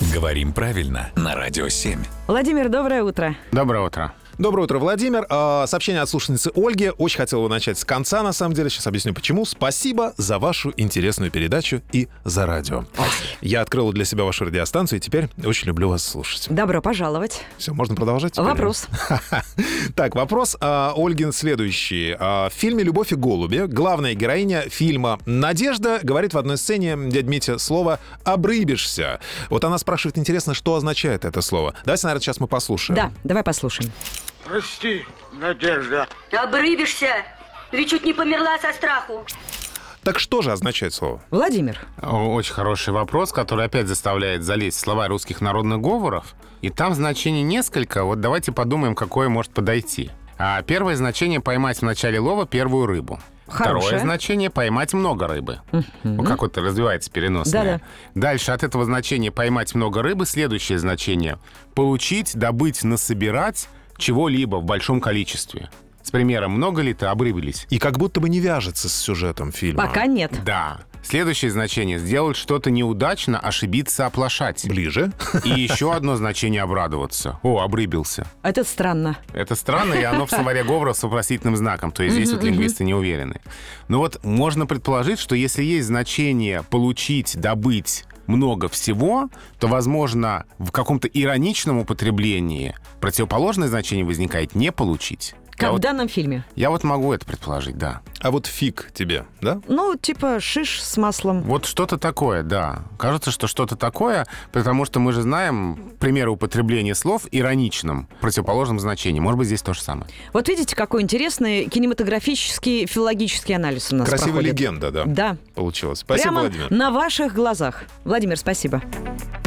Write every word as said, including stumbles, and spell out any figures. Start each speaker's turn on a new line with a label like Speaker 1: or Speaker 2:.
Speaker 1: Говорим правильно на Радио семь.
Speaker 2: Владимир, доброе утро.
Speaker 3: Доброе утро.
Speaker 4: Доброе утро, Владимир. А, сообщение от слушательницы Ольги. Очень хотел его начать с конца, на самом деле. Сейчас объясню, почему. Спасибо за вашу интересную передачу и за радио. Я открыл для себя вашу радиостанцию, и теперь очень люблю вас слушать.
Speaker 2: Добро пожаловать.
Speaker 4: Все, можно продолжать? теперь?
Speaker 2: Вопрос.
Speaker 4: Так, вопрос а, Ольгин следующий. А, в фильме «Любовь и голуби» главная героиня фильма Надежда говорит в одной сцене, дядя Митя, слово «обрыбишься». Вот она спрашивает, интересно, что означает это слово. Давайте, наверное, сейчас мы послушаем.
Speaker 2: Да, давай послушаем.
Speaker 5: Прости, Надежда.
Speaker 6: Обрыбишься, ведь чуть не померла со страху.
Speaker 4: Так что же означает слово?
Speaker 2: Владимир.
Speaker 3: Очень хороший вопрос, который опять заставляет залезть в слова русских народных говоров. И там значений несколько. Вот давайте подумаем, какое может подойти. А первое значение — поймать в начале лова первую рыбу.
Speaker 2: Хорошее.
Speaker 3: Второе значение — поймать много рыбы. Ну, как вот развивается переносное.
Speaker 2: Да-да.
Speaker 3: Дальше от этого значения «поймать много рыбы» следующее значение — получить, добыть, насобирать чего-либо в большом количестве. С примером, много ли ты обрыбились?
Speaker 4: И как будто бы не вяжется с сюжетом фильма.
Speaker 2: Пока нет.
Speaker 3: Да. Следующее значение — сделать что-то неудачно, ошибиться, оплошать.
Speaker 4: Ближе.
Speaker 3: И еще одно значение — обрадоваться. О, обрыбился.
Speaker 2: Это странно.
Speaker 3: Это странно, и оно в словаре говоров с вопросительным знаком. То есть здесь вот лингвисты не уверены. Но вот можно предположить, что если есть значение «получить», «добыть», много всего, то, возможно, в каком-то ироничном употреблении противоположное значение возникает «не получить».
Speaker 2: Как
Speaker 3: я
Speaker 2: в
Speaker 3: вот,
Speaker 2: данном фильме.
Speaker 3: я вот могу это предположить, да.
Speaker 4: А вот фиг тебе, да?
Speaker 2: Ну, типа шиш с маслом.
Speaker 3: Вот что-то такое, да. Кажется, что что-то такое, потому что мы же знаем примеры употребления слов ироничным, противоположным значением. Может быть, здесь то же самое.
Speaker 2: Вот видите, какой интересный кинематографический филологический анализ у нас
Speaker 4: Красивая
Speaker 2: проходит.
Speaker 4: легенда, да?
Speaker 2: Да.
Speaker 4: Получилось. Спасибо,
Speaker 2: Прямо
Speaker 4: Владимир.
Speaker 2: на ваших глазах. Владимир, спасибо.